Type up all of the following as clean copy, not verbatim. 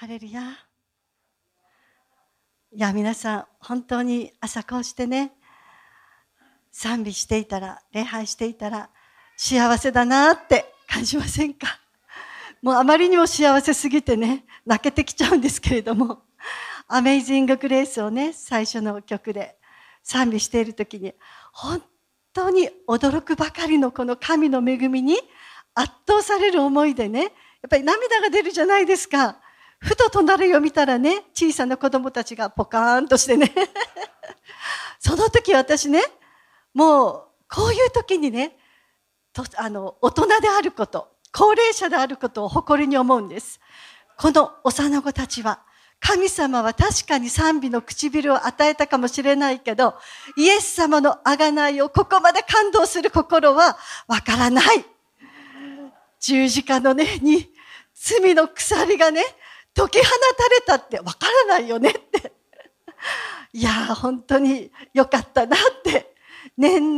ハレルヤ。いや、皆さん、本当に朝こうしてね、賛美していたら、礼拝していたら、幸せだなって感じませんか？もうあまりにも幸せすぎてね、泣けてきちゃうんですけれども、アメイジング・グレースをね、最初の曲で賛美しているときに、本当に驚くばかりのこの神の恵みに圧倒される思いでね、やっぱり涙が出るじゃないですか。ふと隣を見たらね、小さな子供たちがポカーンとしてねその時私ね、もうこういう時にね、大人であること、高齢者であることを誇りに思うんです。この幼子たちは、神様は確かに賛美の唇を与えたかもしれないけど、イエス様の贖いをここまで感動する心はわからない。十字架のね、に罪の鎖がね、解き放たれたってわからないよねって。いやー、本当に良かったなって、年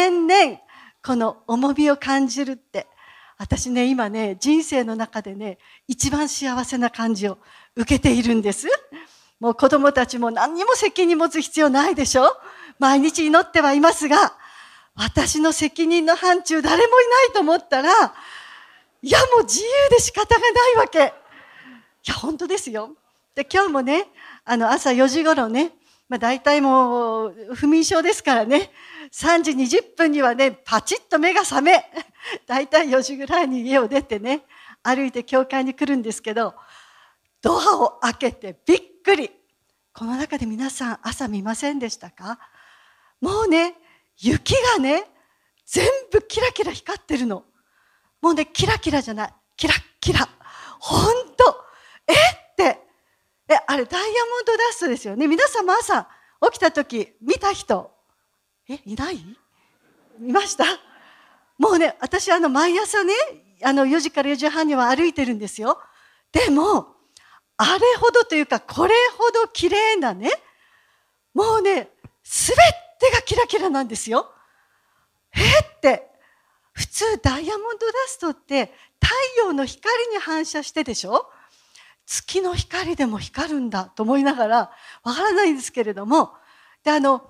々、この重みを感じるって、私ね、今ね、人生の中でね、一番幸せな感じを受けているんです。もう子供たちも何にも責任持つ必要ないでしょ？毎日祈ってはいますが、私の責任の範疇誰もいないと思ったら、いやもう自由で仕方がないわけ。いや本当ですよ。で今日もね、朝4時頃ね、大体もう不眠症ですからね、3時20分にはね、パチッと目が覚め、大体4時ぐらいに家を出てね、歩いて教会に来るんですけど、ドアを開けてびっくり。この中で皆さん朝見ませんでしたか？もうね、雪がね、全部キラキラ光ってるの。もうね、キラキラじゃない。キラッキラ。ほんと。って。あれダイヤモンドダストですよね。皆さんも朝起きた時見た人。いない？見ました？もうね、私毎朝ね、4時から4時半には歩いてるんですよ。でも、あれほどというか、これほど綺麗なね、もうね、すべてがキラキラなんですよ。って、普通ダイヤモンドダストって太陽の光に反射してでしょ？月の光でも光るんだと思いながら、わからないんですけれども、で、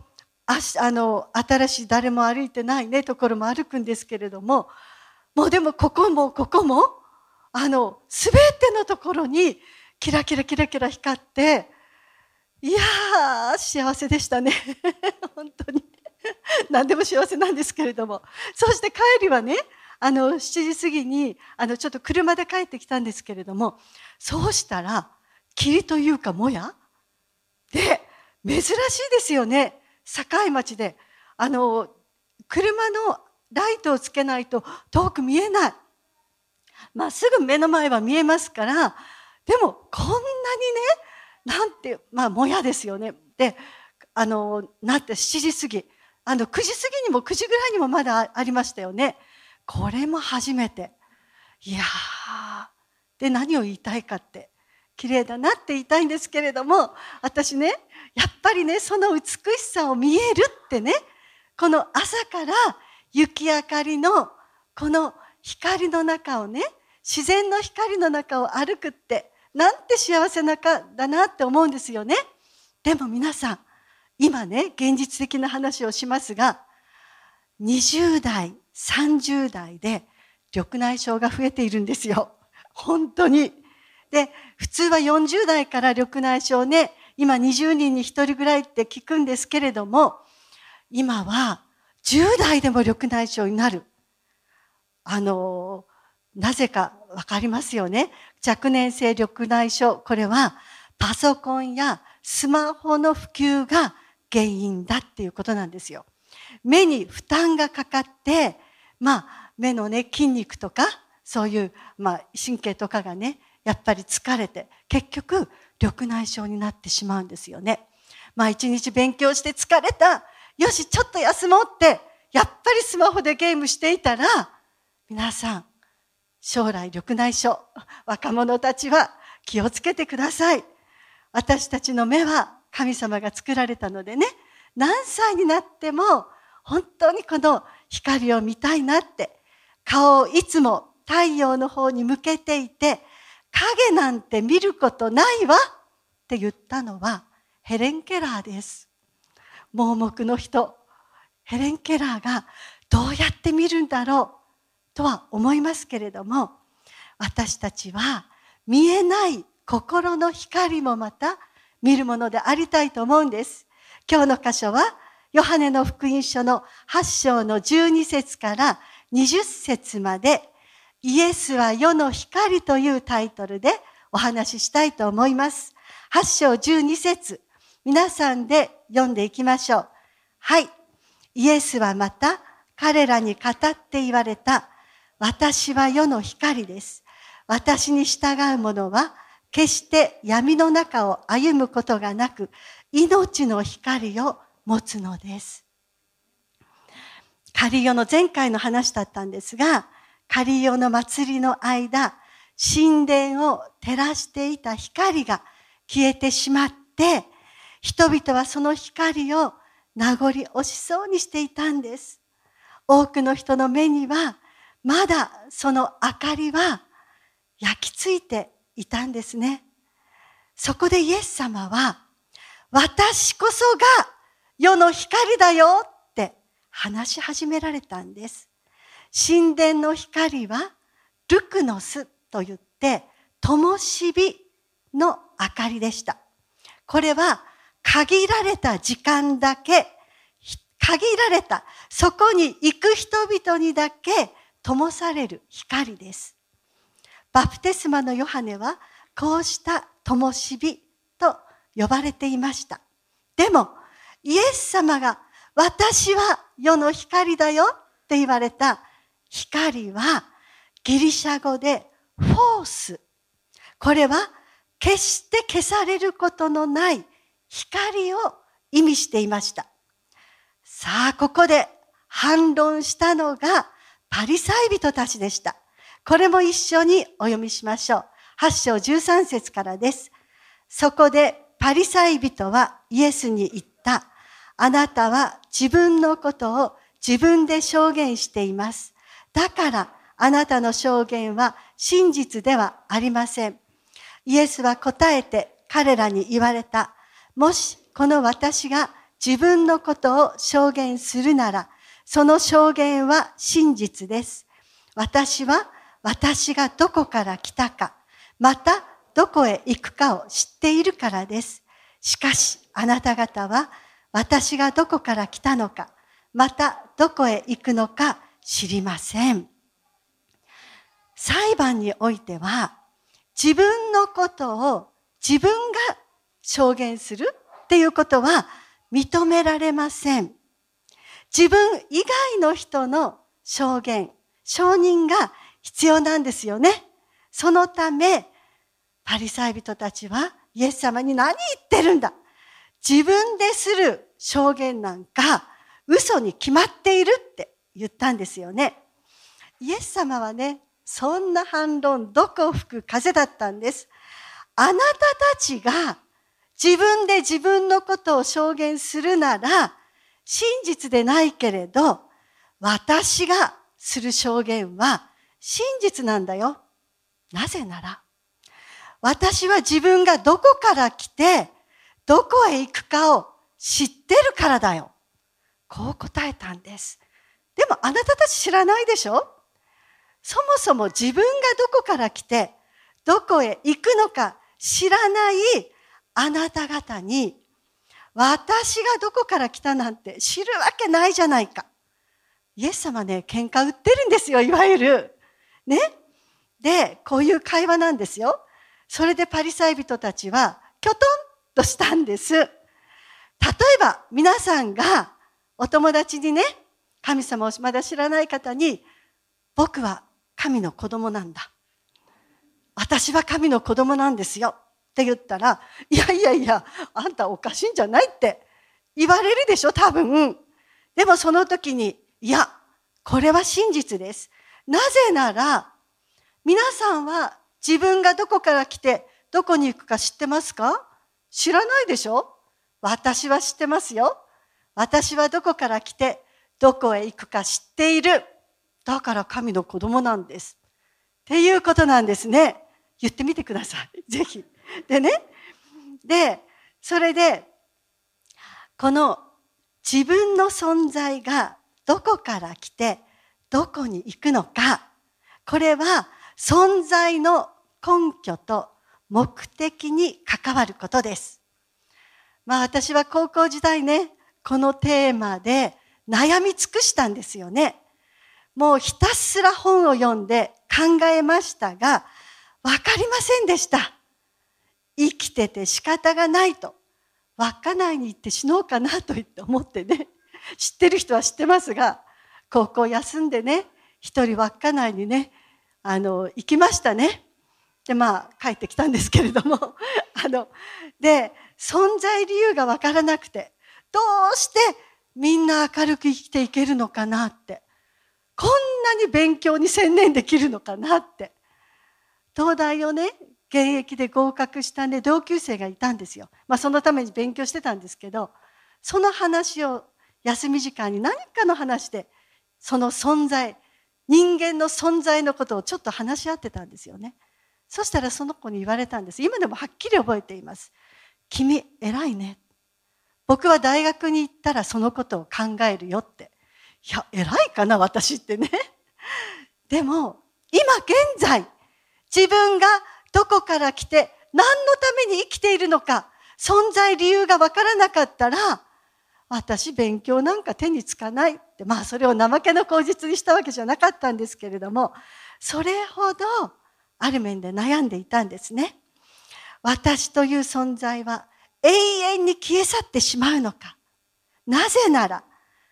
新しい誰も歩いてないね、ところも歩くんですけれども、もうでもここも、すべてのところにキラキラキラキラ光って、いやー、幸せでしたね。本当に。何でも幸せなんですけれども。そして帰りはね、7時過ぎに、ちょっと車で帰ってきたんですけれども、そうしたら、霧というかもやで、珍しいですよね。境町で。車のライトをつけないと遠く見えない。すぐ目の前は見えますから、でもこんなにね、なんて、もやですよね。で、なって7時過ぎ、9時過ぎにも9時ぐらいにもまだありましたよね。これも初めて。いやー。で、何を言いたいかって、綺麗だなって言いたいんですけれども、私ね、やっぱりね、その美しさを見えるってね、この朝から雪明かりのこの光の中をね、自然の光の中を歩くって、なんて幸せなかだなって思うんですよね。でも皆さん、今ね、現実的な話をしますが、20代、30代で緑内障が増えているんですよ。本当に。で、普通は40代から緑内障ね、今20人に1人ぐらいって聞くんですけれども、今は10代でも緑内障になる。なぜかわかりますよね。若年性緑内障、これはパソコンやスマホの普及が原因だっていうことなんですよ。目に負担がかかって、目のね、筋肉とか、そういう、神経とかがね、やっぱり疲れて、結局、緑内障になってしまうんですよね。一日勉強して疲れた。よし、ちょっと休もうって、やっぱりスマホでゲームしていたら、皆さん、将来緑内障、若者たちは気をつけてください。私たちの目は神様が作られたのでね、何歳になっても本当にこの光を見たいなって、顔をいつも太陽の方に向けていて、 影なんて見ることないわって言ったのはヘレン・ケラーです。盲目の人、ヘレン・ケラーがどうやって見るんだろうとは思いますけれども、私たちは見えない心の光もまた見るものでありたいと思うんです。今日の箇所はヨハネの福音書の8章の12節から20節まで、イエスは世の光というタイトルでお話ししたいと思います。8章12節、皆さんで読んでいきましょう。はい。イエスはまた彼らに語って言われた。私は世の光です。私に従う者は決して闇の中を歩むことがなく、命の光を持つのです。カリオの前回の話だったんですが、カリオの祭りの間、神殿を照らしていた光が消えてしまって、人々はその光を名残惜しそうにしていたんです。多くの人の目には、まだその明かりは焼き付いていたんですね。そこでイエス様は、私こそが世の光だよって話し始められたんです。神殿の光はルクノスと言って、灯火の明かりでした。これは限られた時間だけ、限られた、そこに行く人々にだけ灯される光です。バプテスマのヨハネはこうした灯火と呼ばれていました。でもイエス様が私は世の光だよって言われた光はギリシャ語でフォース。これは決して消されることのない光を意味していました。さあ、ここで反論したのがパリサイ人たちでした。これも一緒にお読みしましょう。8章13節からです。そこでパリサイ人はイエスに言った。あなたは自分のことを自分で証言しています。だからあなたの証言は真実ではありません。イエスは答えて彼らに言われた。もしこの私が自分のことを証言するなら、その証言は真実です。私は私がどこから来たか、またどこへ行くかを知っているからです。しかしあなた方は私がどこから来たのか、またどこへ行くのか知りません。裁判においては、自分のことを自分が証言するっていうことは認められません。自分以外の人の証言、証人が必要なんですよね。そのため、パリサイ人たちはイエス様に何言ってるんだ。自分でする証言なんか嘘に決まっているって言ったんですよね。イエス様はね、そんな反論どこ吹く風だったんです。あなたたちが自分で自分のことを証言するなら真実でないけれど、私がする証言は真実なんだよ。なぜなら、私は自分がどこから来て、どこへ行くかを知ってるからだよ。こう答えたんです。でもあなたたち知らないでしょ？そもそも自分がどこから来て、どこへ行くのか知らないあなた方に、私がどこから来たなんて知るわけないじゃないか。イエス様ね、喧嘩売ってるんですよ、いわゆる。ね。で、こういう会話なんですよ。それでパリサイ人たちは、きょとんとしたんです。例えば、皆さんがお友達にね、神様をまだ知らない方に、僕は神の子供なんだ。私は神の子供なんですよ。って言ったら、いやいやいや、あんたおかしいんじゃないって言われるでしょ、多分。でもその時に、いや、これは真実です。なぜなら、皆さんは自分がどこから来てどこに行くか知ってますか？知らないでしょ？私は知ってますよ。私はどこから来てどこへ行くか知っている。だから神の子供なんです。っていうことなんですね。 言ってみてください。ぜひ。でね。で、それで、この自分の存在がどこから来て、どこに行くのか。これは存在の根拠と目的に関わることです。私は高校時代ね、このテーマで悩み尽くしたんですよね。もうひたすら本を読んで考えましたが、わかりませんでした。生きてて仕方がないと。稚内に行って死のうかなと言って思ってね。知ってる人は知ってますが、高校休んでね、一人稚内にね、行きましたね。で、帰ってきたんですけれども、で、存在理由がわからなくて、どうしてみんな明るく生きていけるのかなって。こんなに勉強に専念できるのかなって。東大をね、現役で合格したね、同級生がいたんですよ。そのために勉強してたんですけど、その話を休み時間に何かの話で、その存在、人間の存在のことをちょっと話し合ってたんですよね。そしたらその子に言われたんです。今でもはっきり覚えています。君、偉いね。僕は大学に行ったらそのことを考えるよって。いや、偉いかな、私ってね。でも、今現在、自分がどこから来て何のために生きているのか、存在理由がわからなかったら、私勉強なんか手につかないって、それを怠けの口実にしたわけじゃなかったんですけれども、それほどある面で悩んでいたんですね。私という存在は永遠に消え去ってしまうのか。なぜなら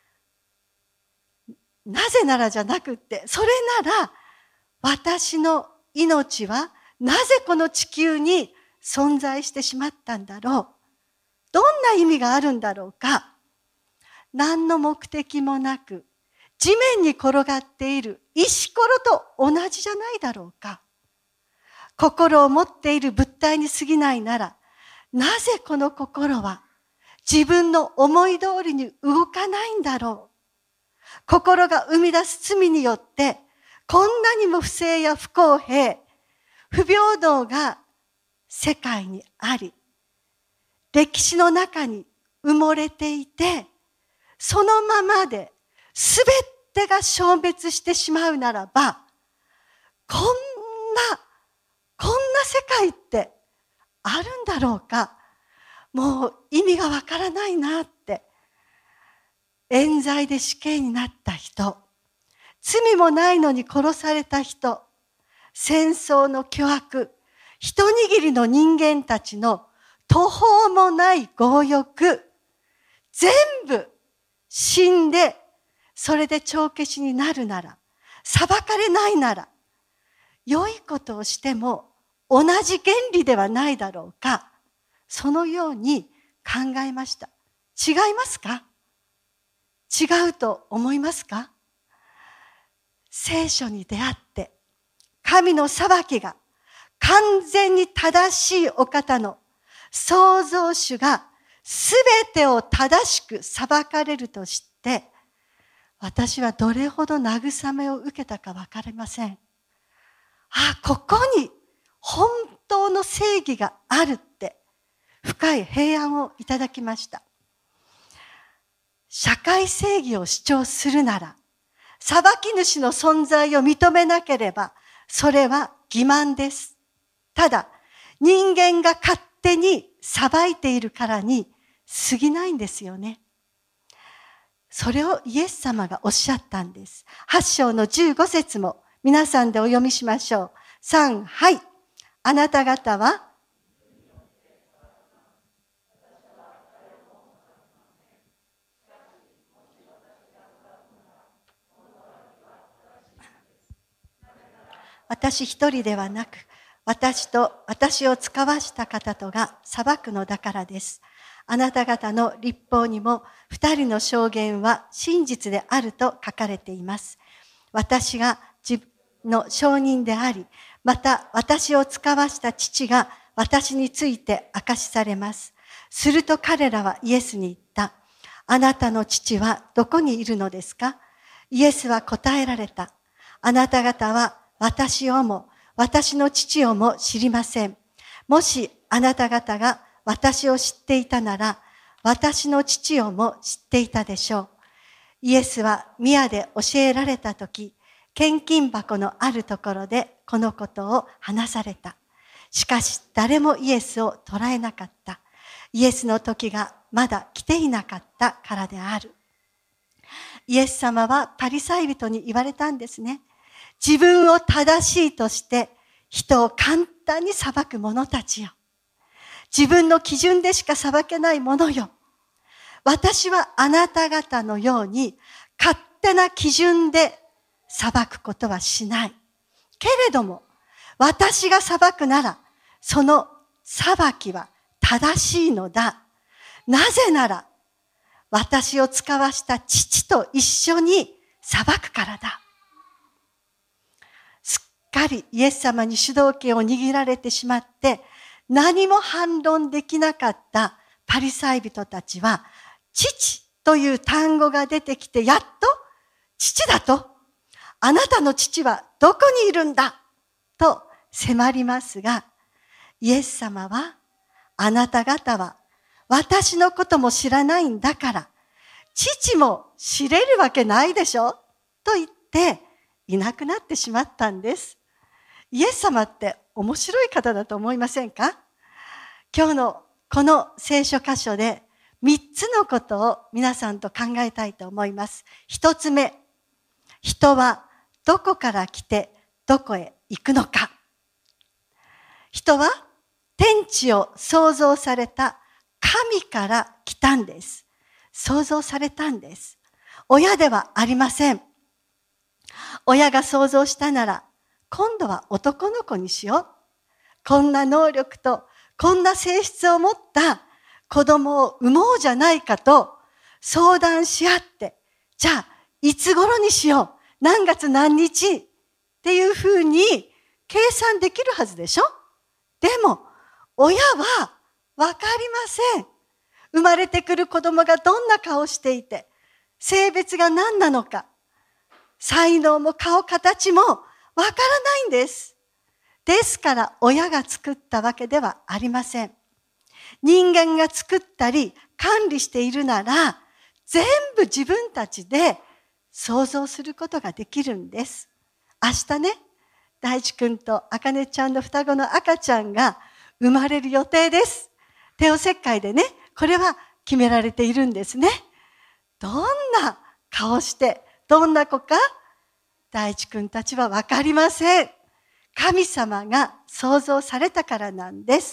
じゃなくって、それなら私の命はなぜこの地球に存在してしまったんだろう。どんな意味があるんだろうか。何の目的もなく地面に転がっている石ころと同じじゃないだろうか。心を持っている物体に過ぎないなら、なぜこの心は自分の思い通りに動かないんだろう。心が生み出す罪によって、こんなにも不正や不公平、不平等が世界にあり、歴史の中に埋もれていて、そのままで全てが消滅してしまうならば、こんな世界ってあるんだろうか。もう意味がわからないなって。冤罪で死刑になった人、罪もないのに殺された人、戦争の巨悪、一握りの人間たちの途方もない強欲、全部死んで、それで帳消しになるなら、裁かれないなら、良いことをしても同じ原理ではないだろうか。そのように考えました。違いますか？違うと思いますか？聖書に出会って、神の裁きが完全に正しいお方の創造主がすべてを正しく裁かれると知って、私はどれほど慰めを受けたかわかりません。ここに本当の正義があるって深い平安をいただきました。社会正義を主張するなら、裁き主の存在を認めなければ、それは欺瞞です。ただ、人間が勝手に裁いているからに過ぎないんですよね。それをイエス様がおっしゃったんです。8章の15節も皆さんでお読みしましょう。3、はい。あなた方は私一人ではなく、私と私を使わした方とが裁くのだからです。あなた方の律法にも二人の証言は真実であると書かれています。私が自分の証人であり、また私を使わした父が私について証しされます。すると彼らはイエスに言った。あなたの父はどこにいるのですか？イエスは答えられた。あなた方は私をも私の父をも知りません。もしあなた方が私を知っていたなら、私の父をも知っていたでしょう。イエスは宮で教えられたとき、献金箱のあるところでこのことを話された。しかし誰もイエスを捉えなかった。イエスの時がまだ来ていなかったからである。イエス様はパリサイ人に言われたんですね。自分を正しいとして人を簡単に裁く者たちよ。自分の基準でしか裁けない者よ。私はあなた方のように勝手な基準で裁くことはしない。けれども、私が裁くなら、その裁きは正しいのだ。なぜなら、私を使わした父と一緒に裁くからだ。すっかりイエス様に主導権を握られてしまって、何も反論できなかったパリサイ人たちは、父という単語が出てきて、やっと父だと、あなたの父はどこにいるんだと迫りますが、イエス様は、あなた方は私のことも知らないんだから、父も知れるわけないでしょと言っていなくなってしまったんです。イエス様って面白い方だと思いませんか？今日のこの聖書箇所で3つのことを皆さんと考えたいと思います。1つ目、人はどこから来てどこへ行くのか。人は天地を創造された神から来たんです。創造されたんです。親ではありません。親が創造したなら、今度は男の子にしよう。こんな能力とこんな性質を持った子供を産もうじゃないかと相談し合って、じゃあいつ頃にしよう。何月何日っていうふうに計算できるはずでしょ？でも、親はわかりません。生まれてくる子供がどんな顔をしていて、性別が何なのか、才能も顔形もわからないんです。ですから親が作ったわけではありません。人間が作ったり管理しているなら、全部自分たちで想像することができるんです。明日ね、大地くんとあかねちゃんの双子の赤ちゃんが生まれる予定です。帝王切開でね、これは決められているんですね。どんな顔して、どんな子か、大地くんたちはわかりません。神様が創造されたからなんです。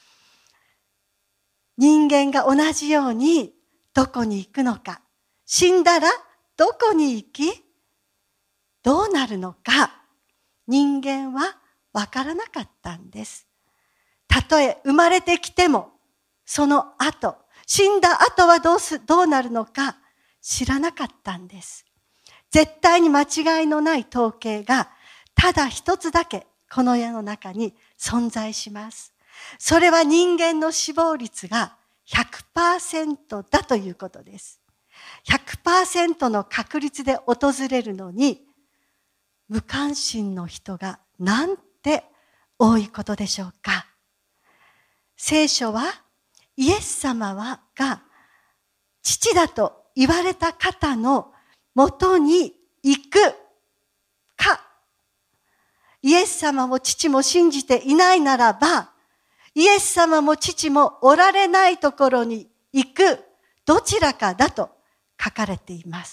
人間が同じようにどこに行くのか、死んだらどこに行き、どうなるのか、人間はわからなかったんです。たとえ生まれてきても、その後、死んだ後はどうなるのか知らなかったんです。絶対に間違いのない統計がただ一つだけこの世の中に存在します。それは人間の死亡率が 100% だということです。100% の確率で訪れるのに、無関心の人がなんて多いことでしょうか。聖書はイエス様が父だと言われた方のもとに行くか、イエス様も父も信じていないならば、イエス様も父もおられないところに行くどちらかだと書かれています。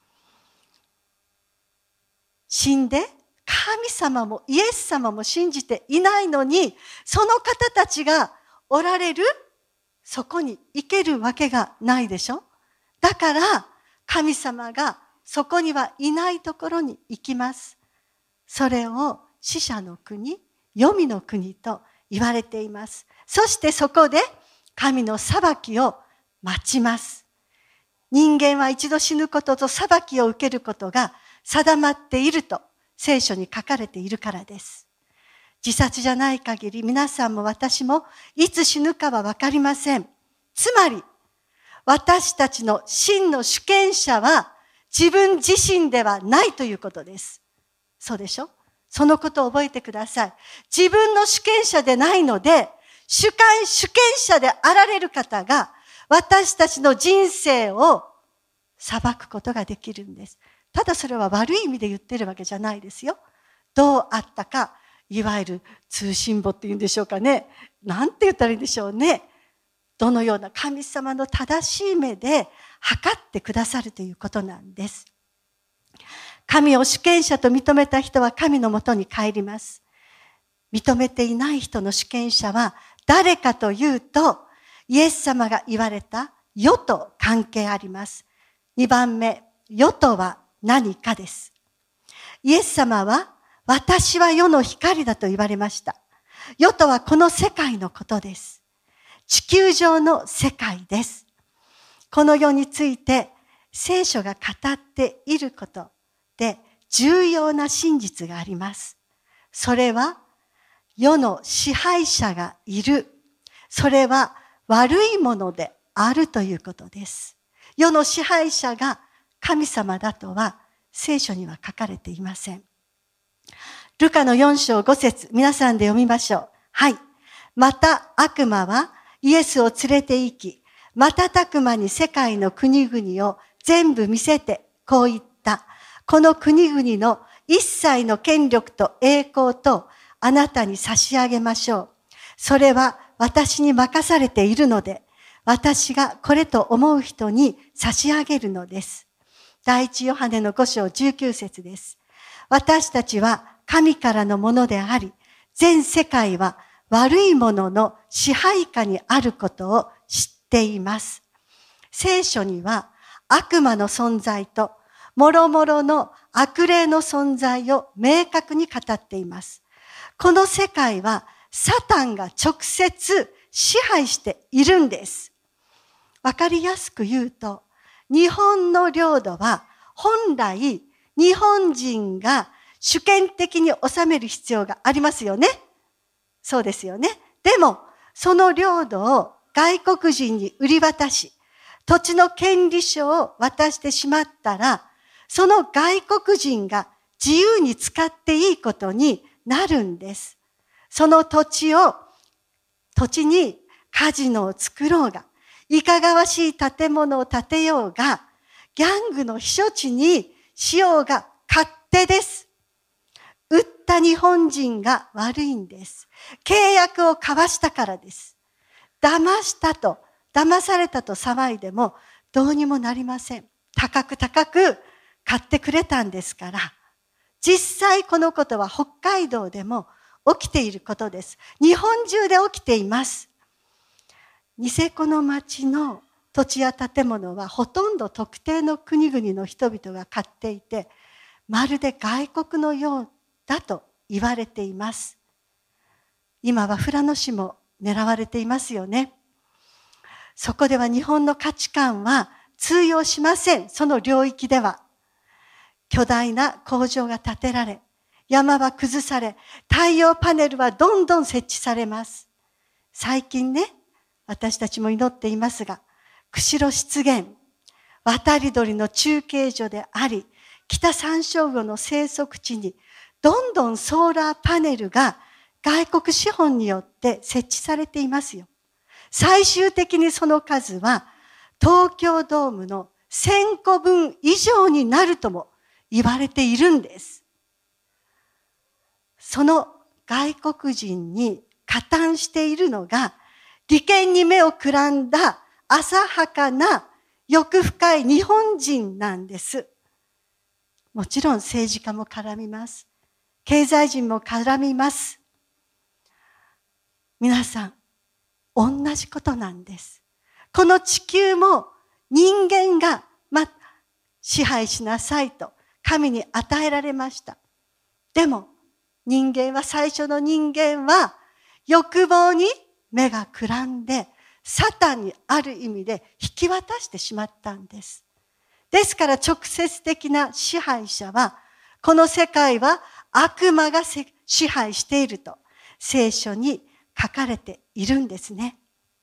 死んで神様もイエス様も信じていないのに、その方たちがおられるそこに行けるわけがないでしょ。だから神様がそこにはいないところに行きます。それを死者の国、黄泉の国と言われています。そしてそこで神の裁きを待ちます。人間は一度死ぬことと裁きを受けることが定まっていると聖書に書かれているからです。自殺じゃない限り皆さんも私もいつ死ぬかはわかりません。つまり私たちの真の主権者は自分自身ではないということです。そうでしょ？ そのことを覚えてください。自分の主権者でないので、主権者であられる方が、私たちの人生を裁くことができるんです。ただそれは悪い意味で言ってるわけじゃないですよ。どうあったか、いわゆる通信簿っていうんでしょうかね。なんて言ったらいいんでしょうね。どのような神様の正しい目で測ってくださるということなんです。神を主権者と認めた人は神のもとに帰ります。認めていない人の主権者は誰かというと、イエス様が言われた世と関係あります。2番目、世とは何かです。イエス様は、私は世の光だと言われました。世とはこの世界のことです。地球上の世界です。この世について聖書が語っていることで重要な真実があります。それは世の支配者がいる。それは悪いものであるということです。世の支配者が神様だとは聖書には書かれていません。ルカの4章5節、皆さんで読みましょう。はい。また悪魔はイエスを連れて行き、瞬く間に世界の国々を全部見せてこう言った。この国々の一切の権力と栄光とあなたに差し上げましょう。それは私に任されているので、私がこれと思う人に差し上げるのです。第一ヨハネの5章19節です。私たちは神からのものであり、全世界は悪いものの支配下にあることを知っています。聖書には悪魔の存在と諸々の悪霊の存在を明確に語っています。この世界はサタンが直接支配しているんです。わかりやすく言うと、日本の領土は本来日本人が主権的に治める必要がありますよね。そうですよね。でも、その領土を外国人に売り渡し、土地の権利書を渡してしまったら、その外国人が自由に使っていいことになるんです。その土地にカジノを作ろうが、いかがわしい建物を建てようが、ギャングの避暑地にしようが勝手です。売った日本人が悪いんです。契約を交わしたからです。騙されたと騒いでもどうにもなりません。高く買ってくれたんですから。実際このことは北海道でも起きていることです。日本中で起きています。ニセコの町の土地や建物はほとんど特定の国々の人々が買っていて、まるで外国のようだと言われています。今は富良野市も狙われていますよね。そこでは日本の価値観は通用しません。その領域では。巨大な工場が建てられ、山は崩され、太陽パネルはどんどん設置されます。最近ね、私たちも祈っていますが、釧路湿原、渡り鳥の中継所であり、北山椒魚の生息地にどんどんソーラーパネルが外国資本によって設置されていますよ。最終的にその数は東京ドームの1000個分以上になるとも言われているんです。その外国人に加担しているのが利権に目をくらんだ浅はかな欲深い日本人なんです。もちろん政治家も絡みます。経済人も絡みます。皆さん、同じことなんです。この地球も人間が支配しなさいと神に与えられました。でも最初の人間は欲望に目がくらんでサタンにある意味で引き渡してしまったんです。ですから直接的な支配者はこの世界は悪魔が支配していると聖書に書かれているんですね。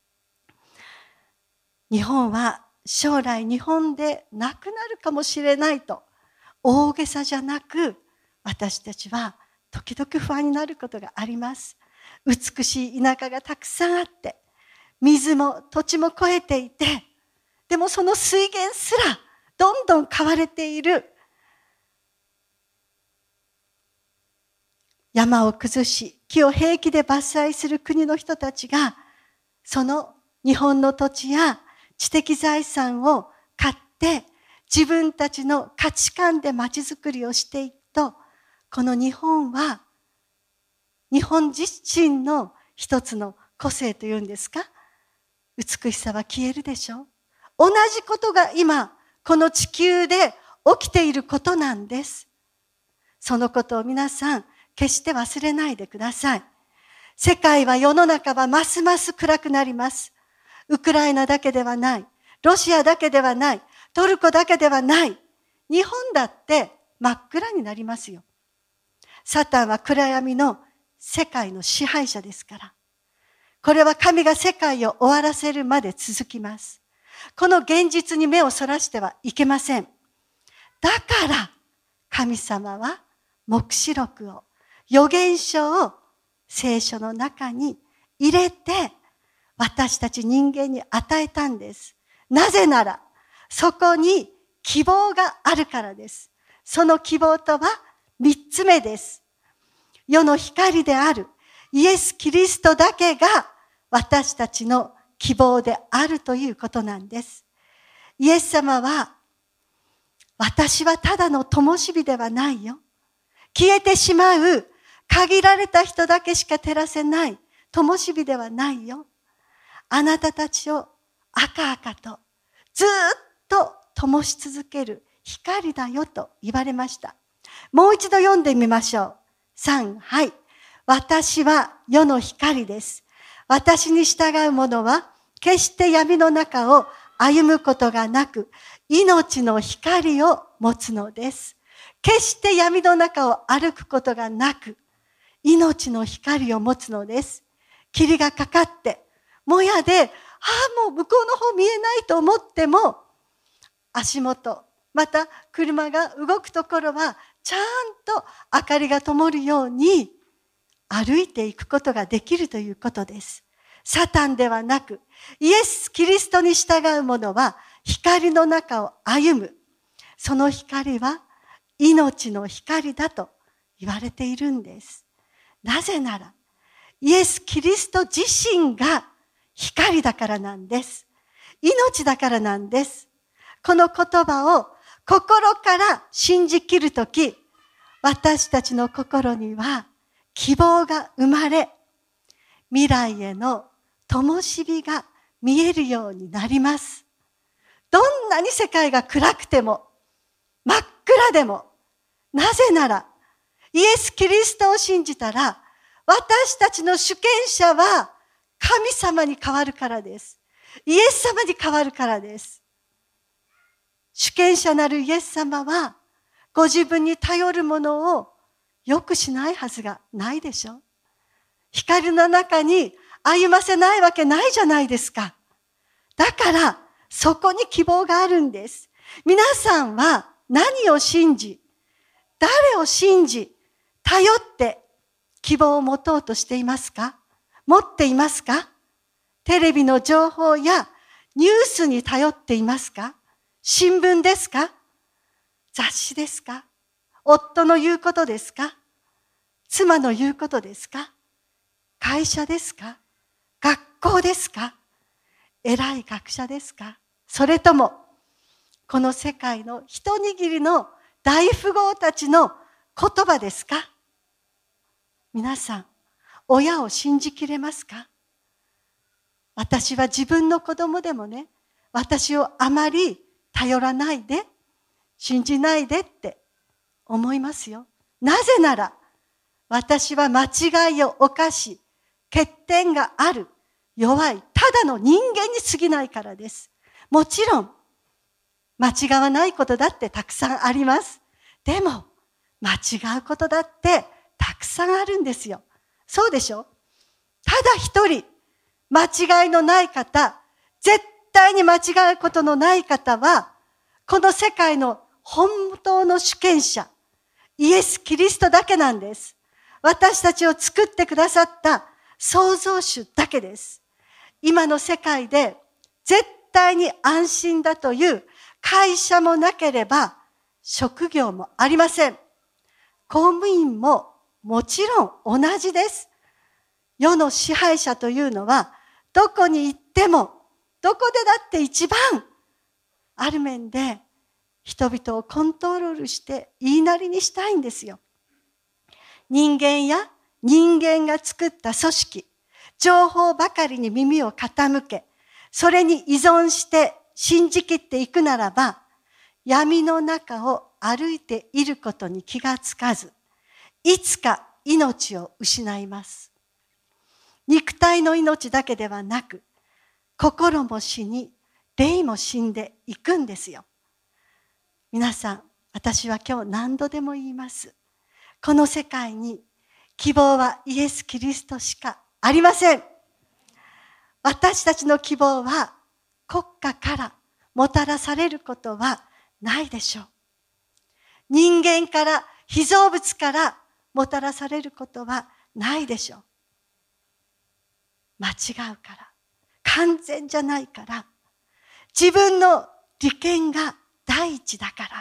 日本は将来日本でなくなるかもしれないと大げさじゃなく私たちは時々不安になることがあります。美しい田舎がたくさんあって、水も土地も越えていて、でもその水源すらどんどん買われている。山を崩し、木を平気で伐採する国の人たちが、その日本の土地や知的財産を買って、自分たちの価値観で街づくりをしていくと、この日本は、日本自身の一つの個性というんですか、美しさは消えるでしょう。同じことが今、この地球で起きていることなんです。そのことを皆さん、決して忘れないでください。世界は世の中はますます暗くなります。ウクライナだけではない。ロシアだけではない。トルコだけではない。日本だって真っ暗になりますよ。サタンは暗闇の世界の支配者ですから。これは神が世界を終わらせるまで続きます。この現実に目をそらしてはいけません。だから神様は黙示録を、預言書を聖書の中に入れて私たち人間に与えたんです。なぜならそこに希望があるからです。その希望とは3つ目です。世の光であるイエス・キリストだけが私たちの希望であるということなんです。イエス様は、私はただの灯火ではないよ。消えてしまう限られた人だけしか照らせない灯火ではないよ。あなたたちを赤々とずっと灯し続ける光だよと言われました。もう一度読んでみましょう。3、はい。私は世の光です。私に従う者は決して闇の中を歩むことがなく、命の光を持つのです。決して闇の中を歩くことがなく、命の光を持つのです。霧がかかって、もやで、もう向こうの方見えないと思っても、足元、また車が動くところは、ちゃんと明かりが灯るように歩いていくことができるということです。サタンではなく、イエス・キリストに従う者は光の中を歩む。その光は命の光だと言われているんです。なぜなら、イエス・キリスト自身が光だからなんです。命だからなんです。この言葉を心から信じきるとき、私たちの心には希望が生まれ、未来への灯火が見えるようになります。どんなに世界が暗くても、真っ暗でも、なぜなら、イエス・キリストを信じたら、私たちの主権者は神様に変わるからです。イエス様に変わるからです。主権者なるイエス様は、ご自分に頼るものを良くしないはずがないでしょ。光の中に歩ませないわけないじゃないですか。だから、そこに希望があるんです。皆さんは何を信じ、誰を信じ、頼って希望を持とうとしていますか？持っていますか？テレビの情報やニュースに頼っていますか？新聞ですか？雑誌ですか？夫の言うことですか？妻の言うことですか？会社ですか？学校ですか？偉い学者ですか？それとも、この世界の一握りの大富豪たちの言葉ですか？皆さん、親を信じきれますか？私は自分の子供でもね、私をあまり頼らないで、信じないでって思いますよ。なぜなら、私は間違いを犯し、欠点がある、弱い、ただの人間に過ぎないからです。もちろん、間違わないことだってたくさんあります。でも、間違うことだってたくさんあるんですよ。そうでしょ？ただ一人、間違いのない方、絶対に間違うことのない方は、この世界の本当の主権者、イエス・キリストだけなんです。 私たちを作ってくださった創造主だけです。今の世界で絶対に安心だという会社もなければ職業もありません。公務員ももちろん同じです。世の支配者というのはどこに行ってもどこでだって一番ある面で人々をコントロールして言いなりにしたいんですよ。人間や人間が作った組織、情報ばかりに耳を傾け、それに依存して信じきっていくならば、闇の中を歩いていることに気がつかず、いつか命を失います。肉体の命だけではなく、心も死に、霊も死んでいくんですよ。皆さん、私は今日何度でも言います。この世界に希望はイエス・キリストしかありません。私たちの希望は国家からもたらされることはないでしょう。人間から被造物からもたらされることはないでしょう。間違うから、完全じゃないから、自分の利権が第一だから、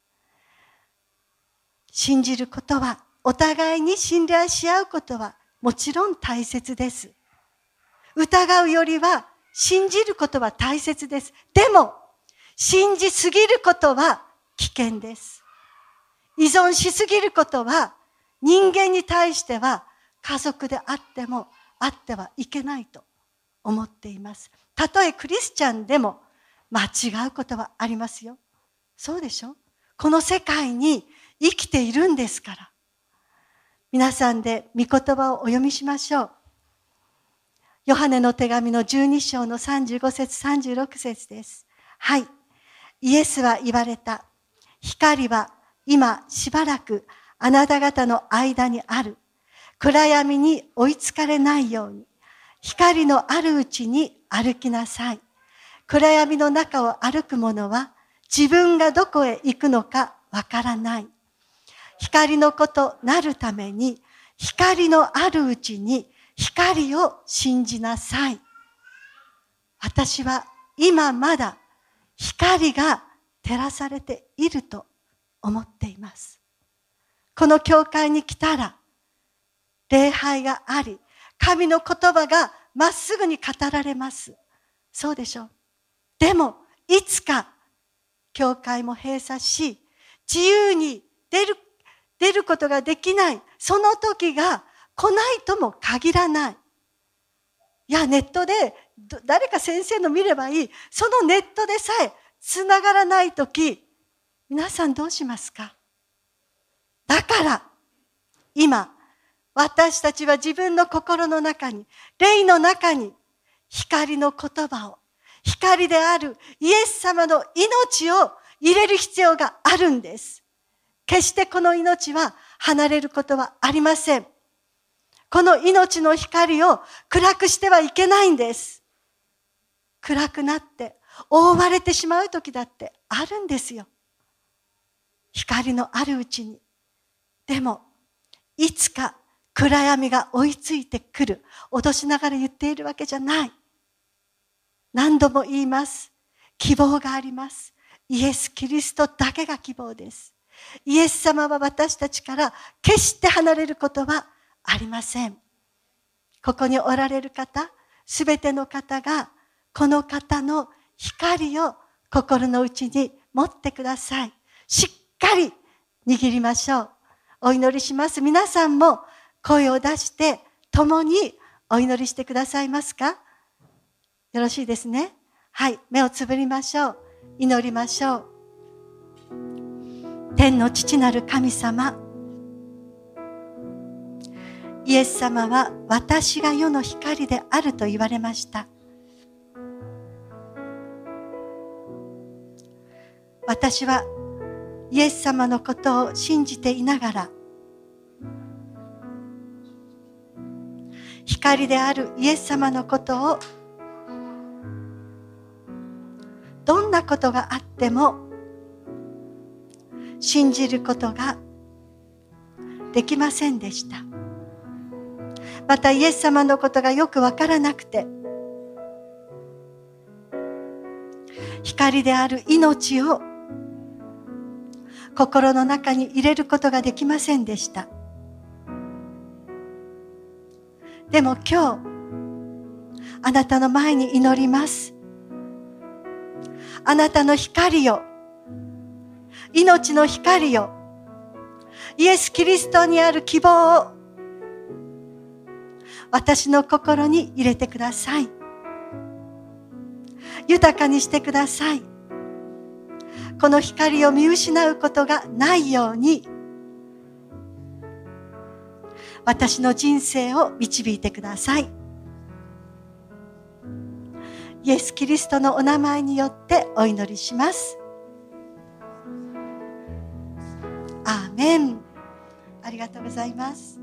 信じることは、お互いに信頼し合うことはもちろん大切です。疑うよりは信じることは大切です。でも、信じすぎることは危険です。依存しすぎることは人間に対しては家族であってもあってはいけないと思っています。たとえクリスチャンでも間違うことはありますよ。そうでしょ？この世界に生きているんですから。皆さんで御言葉をお読みしましょう。ヨハネの手紙の12章の35節36節です。はい。イエスは言われた。光は今しばらくあなた方の間にある。暗闇に追いつかれないように、光のあるうちに歩きなさい。暗闇の中を歩く者は自分がどこへ行くのかわからない。光の子となるために、光のあるうちに光を信じなさい。私は今まだ光が照らされていると思っています。この教会に来たら、礼拝があり、神の言葉がまっすぐに語られます。そうでしょう。でも、いつか教会も閉鎖し、自由に出ることができない、その時が来ないとも限らない。いや、ネットで誰か先生の見ればいい。そのネットでさえ繋がらない時、皆さんどうしますか？だから、今、私たちは自分の心の中に、霊の中に、光の言葉を、光であるイエス様の命を入れる必要があるんです。決してこの命は離れることはありません。この命の光を暗くしてはいけないんです。暗くなって覆われてしまう時だってあるんですよ。光のあるうちに。でも、いつか暗闇が追いついてくる。脅しながら言っているわけじゃない。何度も言います。希望があります。イエス・キリストだけが希望です。イエス様は私たちから決して離れることはありません。ここにおられる方、すべての方がこの方の光を心の内に持ってください。しっかり握りましょう。お祈りします。皆さんも声を出して共にお祈りしてくださいますか？よろしいですね。はい、目をつぶりましょう。祈りましょう。天の父なる神様、イエス様は私が世の光であると言われました。私はイエス様のことを信じていながら、光であるイエス様のことをどんなことがあっても信じることができませんでした。 またイエス様のことがよくわからなくて、光である命を心の中に入れることができませんでした。でも今日、あなたの前に祈ります。あなたの光を、命の光を、イエス・キリストにある希望を私の心に入れてください。豊かにしてください。この光を見失うことがないように、私の人生を導いてください。イエス・キリストのお名前によってお祈りします。アーメン。ありがとうございます。